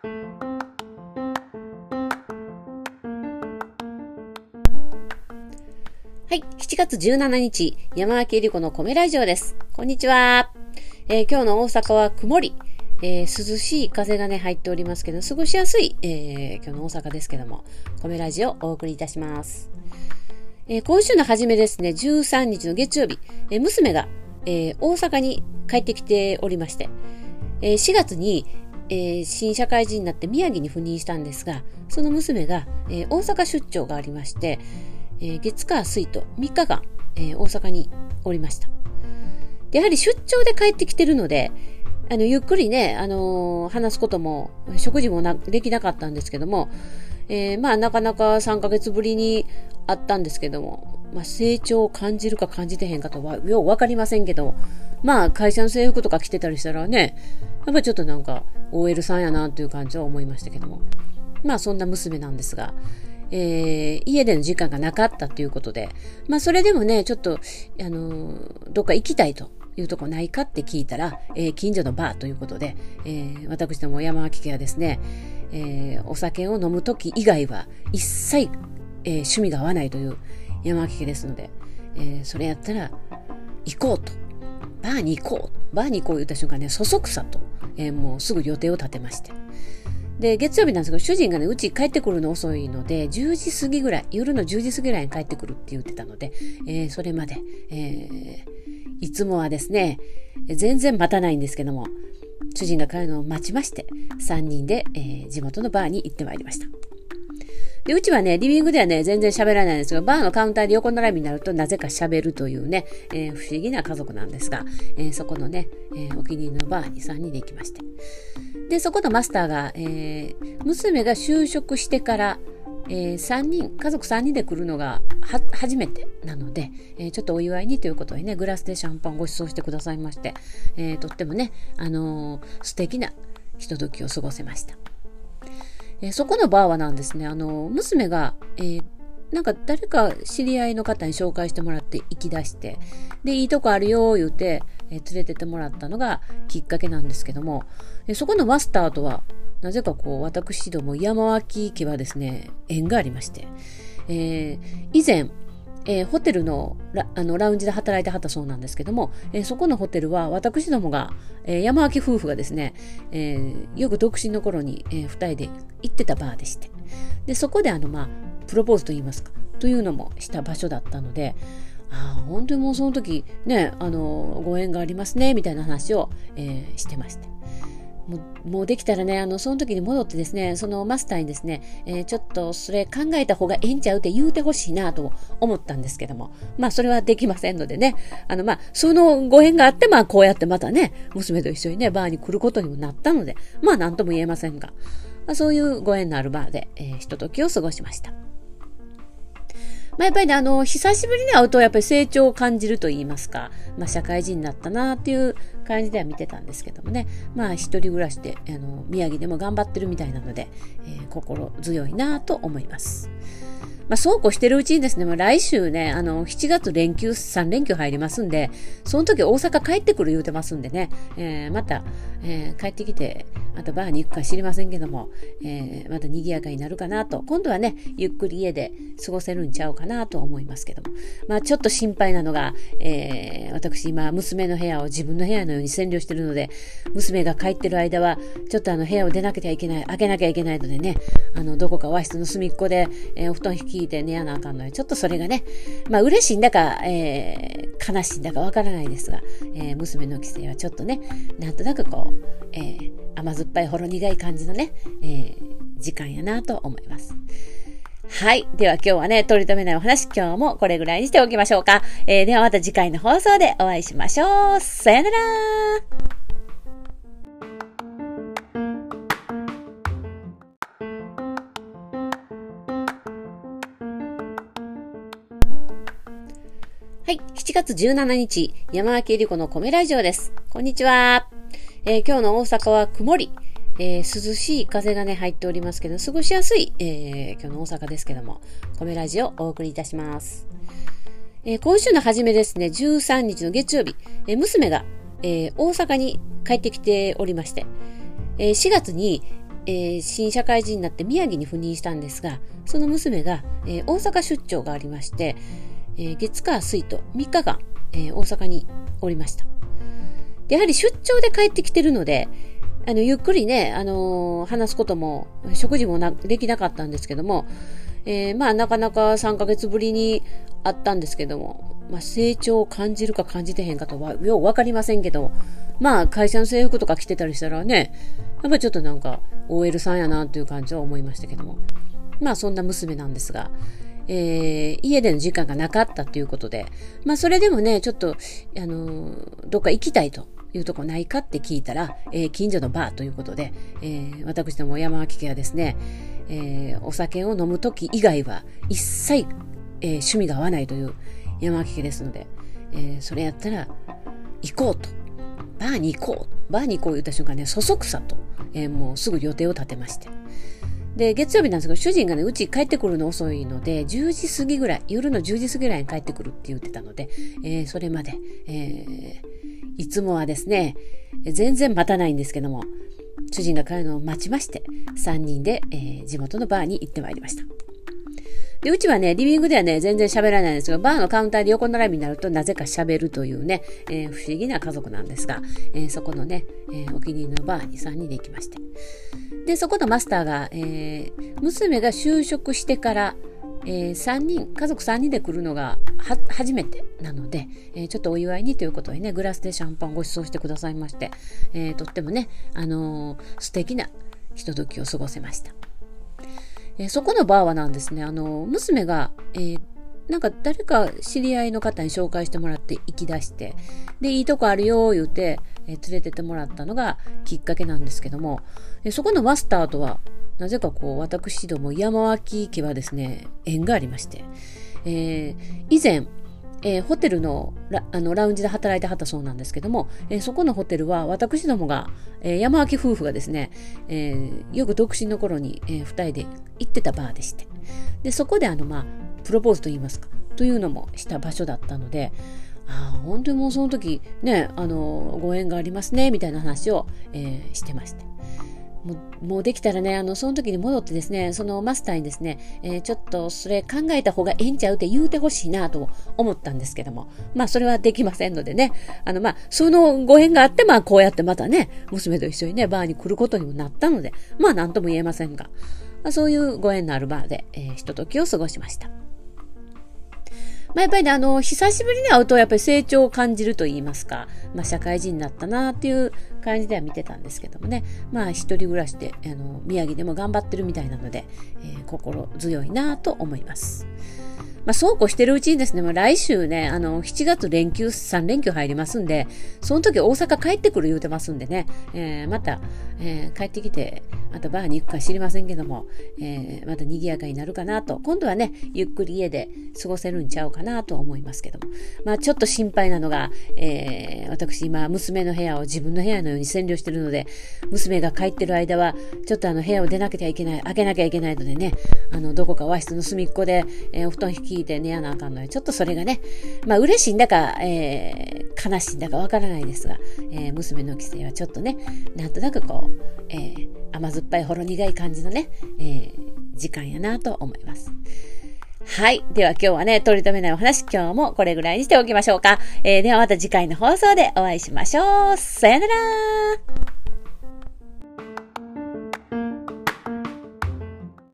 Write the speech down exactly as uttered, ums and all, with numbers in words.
はい。しちがつじゅうしちにち、山脇えり子の米ラジオです。こんにちは。えー、今日の大阪は曇り、えー、涼しい風がね、入っておりますけど、過ごしやすい、えー、今日の大阪ですけども、米ラジオをお送りいたします。えー、今週の初めですね、じゅうさんにちの月曜日、えー、娘が、えー、大阪に帰ってきておりまして、えー、しがつに、えー、新社会人になって宮城に赴任したんですが、その娘が、えー、大阪出張がありまして、えー、月火水とみっかかん、えー、大阪におりました。でやはり出張で帰ってきてるので、あのゆっくりね、あのー、話すことも食事もなできなかったんですけども、えー、まあなかなかさんかげつぶりに会ったんですけども、まあ、成長を感じるか感じてへんかとはようわかりませんけど、まあ会社の制服とか着てたりしたらね、やっぱりちょっとなんか オーエル さんやなという感じは思いましたけども、まあそんな娘なんですが、えー、家での時間がなかったということで、まあそれでもね、ちょっと、あのー、どっか行きたいというとこないかって聞いたら、えー、近所のバーということで、えー、私ども山脇家はですね、えー、お酒を飲むとき以外は一切、えー、趣味が合わないという山脇家ですので、えー、それやったら行こうと、バーに行こう、バーに行こう言った瞬間ね、そそくさと、えー、もうすぐ予定を立てまして、で、月曜日なんですけど、主人がね、うち帰ってくるの遅いので、じゅうじ過ぎぐらい、夜のじゅうじ過ぎぐらいに帰ってくるって言ってたので、えー、それまで、えー、いつもはですね、全然待たないんですけども、主人が帰るのを待ちまして、さんにんで、えー、地元のバーに行ってまいりました。で、うちはね、リビングではね、全然喋らないんですが、バーのカウンターで横並びになるとなぜか喋るというね、えー、不思議な家族なんですが、えー、そこのね、えー、お気に入りのバーにさんにんで行きまして。で、そこのマスターが、えー、娘が就職してから、えー、さんにん、家族さんにんで来るのがは初めてなので、えー、ちょっとお祝いにということでね、グラスでシャンパンご馳走してくださいまして、えー、とってもね、あのー、素敵なひとときを過ごせました。えー、そこのバーはなんですね、あのー、娘が、えー、なんか誰か知り合いの方に紹介してもらって行き出して、で、いいとこあるよ言うて、えー、連れてってもらったのがきっかけなんですけども、えー、そこのマスターとは、なぜかこう、私ども山脇家はですね、縁がありまして、えー、以前、えー、ホテルのラ、あのラウンジで働いてはったそうなんですけども、えー、そこのホテルは私どもが、えー、山脇夫婦がですね、えー、よく独身の頃に、えー、二人で行ってたバーでして、で、そこであの、まあ、プロポーズと言いますか、というのもした場所だったので、ああ、本当にもうその時、ね、あの、ご縁がありますね、みたいな話を、えー、してまして。もう、もうできたらね、あの、その時に戻ってですね、そのマスターにですね、えー、ちょっとそれ考えた方がええんちゃうって言うてほしいなと思ったんですけども、まあそれはできませんのでね、あのまあ、そのご縁があって、まあこうやってまたね、娘と一緒にね、バーに来ることにもなったので、まあなんとも言えませんが、まあ、そういうご縁のあるバーで、えー、ひとときを過ごしました。まあ、やっぱりね、あの、久しぶりに会うとやっぱり成長を感じると言いますか、まあ、社会人になったなっていう感じでは見てたんですけどもね、まあ、一人暮らしで、あの、宮城でも頑張ってるみたいなので、えー、心強いなと思います。まあ、そうこうしてるうちにですね、まあ、来週ね、あの、しちがつ連休、さんれんきゅう入りますんで、その時大阪帰ってくる言うてますんでね、えー、また、えー、帰ってきて、またバーに行くか知りませんけども、えー、また賑やかになるかなと、今度はね、ゆっくり家で過ごせるんちゃうかなと思いますけども、まあ、ちょっと心配なのが、えー、私今、娘の部屋を自分の部屋のように占領してるので、娘が帰ってる間は、ちょっとあの、部屋を出なきゃいけない、開けなきゃいけないのでね、あの、どこか和室の隅っこで、えー、お布団引いて寝やなあかんので、ちょっとそれがね、まあ嬉しいんだか、えー、悲しいんだかわからないですが、えー、娘の帰省はちょっとね、なんとなくこう、えー、甘酸っぱいほろ苦い感じのね、えー、時間やなと思います。はい。では今日はね、取り留めないお話、今日もこれぐらいにしておきましょうか。えー、ではまた次回の放送でお会いしましょう。さよなら。はい。しちがつじゅうしちにち、山脇えり子の米ラジオです。こんにちは。えー、今日の大阪は曇り、えー、涼しい風がね、入っておりますけど、過ごしやすい、えー、今日の大阪ですけども、米ラジオをお送りいたします。えー、今週の初めですね、じゅうさんにちの月曜日、えー、娘が、えー、大阪に帰ってきておりまして、えー、しがつに、 えー、新社会人になって宮城に赴任したんですが、その娘が、えー、大阪出張がありまして、えー、月火水とみっかかん、えー、大阪におりました。でやはり出張で帰ってきてるので、あのゆっくりね、あのー、話すことも食事もなできなかったんですけども、えー、まあなかなかさんかげつぶりに会ったんですけども、まあ、成長を感じるか感じてへんかとはようわかりませんけど、まあ会社の制服とか着てたりしたらね、やっぱりちょっとなんか オーエル さんやなという感じは思いましたけども、まあそんな娘なんですが、えー、家での時間がなかったということで、まあそれでもね、ちょっとあのー、どっか行きたいというとこないかって聞いたら、えー、近所のバーということで、えー、私ども山脇家はですね、えー、お酒を飲むとき以外は一切、えー、趣味が合わないという山脇家ですので、えー、それやったら行こうと、バーに行こう、バーに行こう言った瞬間ね、そそくさと、えー、もうすぐ予定を立てまして、で月曜日なんですけど、主人がねうち帰ってくるの遅いのでじゅうじ過ぎぐらい、夜のじゅうじ過ぎぐらいに帰ってくるって言ってたので、えー、それまで、えー、いつもはですね全然待たないんですけども、主人が帰るのを待ちまして、さんにんで、えー、地元のバーに行ってまいりました。で、うちはね、リビングではね、全然喋らないんですけど、バーのカウンターで横並びになるとなぜか喋るというね、えー、不思議な家族なんですが、えー、そこのね、えー、お気に入りのバーにさんにんで行きまして。で、そこのマスターが、えー、娘が就職してから、えー、さんにん、家族さんにんで来るのがは初めてなので、えー、ちょっとお祝いにということでね、グラスでシャンパンをご馳走してくださいまして、えー、とってもね、あのー、素敵なひとときを過ごせました。えー、そこのバーはなんですね、あのー、娘が、えー、なんか誰か知り合いの方に紹介してもらって行き出して、で、いいとこあるよ言うて、えー、連れてってもらったのがきっかけなんですけども、えー、そこのマスターとは、なぜかこう、私ども山脇家はですね、縁がありまして、えー、以前、えー、ホテルの ラ, あのラウンジで働いてはったそうなんですけども、えー、そこのホテルは私どもが、えー、山脇夫婦がですね、えー、よく独身の頃に、えー、二人で行ってたバーでして、でそこであのまあプロポーズといいますかというのもした場所だったので、あ本当にもうその時ね、あのご縁がありますねみたいな話を、えー、してまして。もう、もうできたらね、あの、その時に戻ってですね、そのマスターにですね、えー、ちょっとそれ考えた方がええんちゃうって言うてほしいなと思ったんですけども、まあそれはできませんのでね、あのまあそのご縁があって、まあこうやってまたね、娘と一緒にね、バーに来ることにもなったので、まあなんとも言えませんが、まあ、そういうご縁のあるバーで、えー、ひとときを過ごしました。まあ、やっぱりね、あの、久しぶりに会うとやっぱり成長を感じると言いますか、まあ、社会人になったなっていう感じでは見てたんですけどもね、まあ、一人暮らしで、あの、宮城でも頑張ってるみたいなので、えー、心強いなと思います。まあ、そうこうしてるうちにですね、まあ、来週ね、あの、しちがつ連休、さんれんきゅう入りますんで、その時大阪帰ってくる言うてますんでね、えー、また、えー、帰ってきて、またバーに行くか知りませんけども、えー、また賑やかになるかなと、今度はね、ゆっくり家で過ごせるんちゃうかなと思いますけども。まあ、ちょっと心配なのが、えー、私今、娘の部屋を自分の部屋のように占領してるので、娘が帰ってる間は、ちょっとあの、部屋を出なきゃいけない、開けなきゃいけないのでね、あの、どこか和室の隅っこで、えー、お布団引き聞いて寝やなあかんので、ちょっとそれがね、まあ嬉しいんだか、えー、悲しいんだかわからないですが、えー、娘の帰省はちょっとね、なんとなくこう、えー、甘酸っぱいほろ苦い感じのね、えー、時間やなと思います。はい。では今日はね、取り留めないお話、今日もこれぐらいにしておきましょうか。えー、ではまた次回の放送でお会いしましょう。さよなら。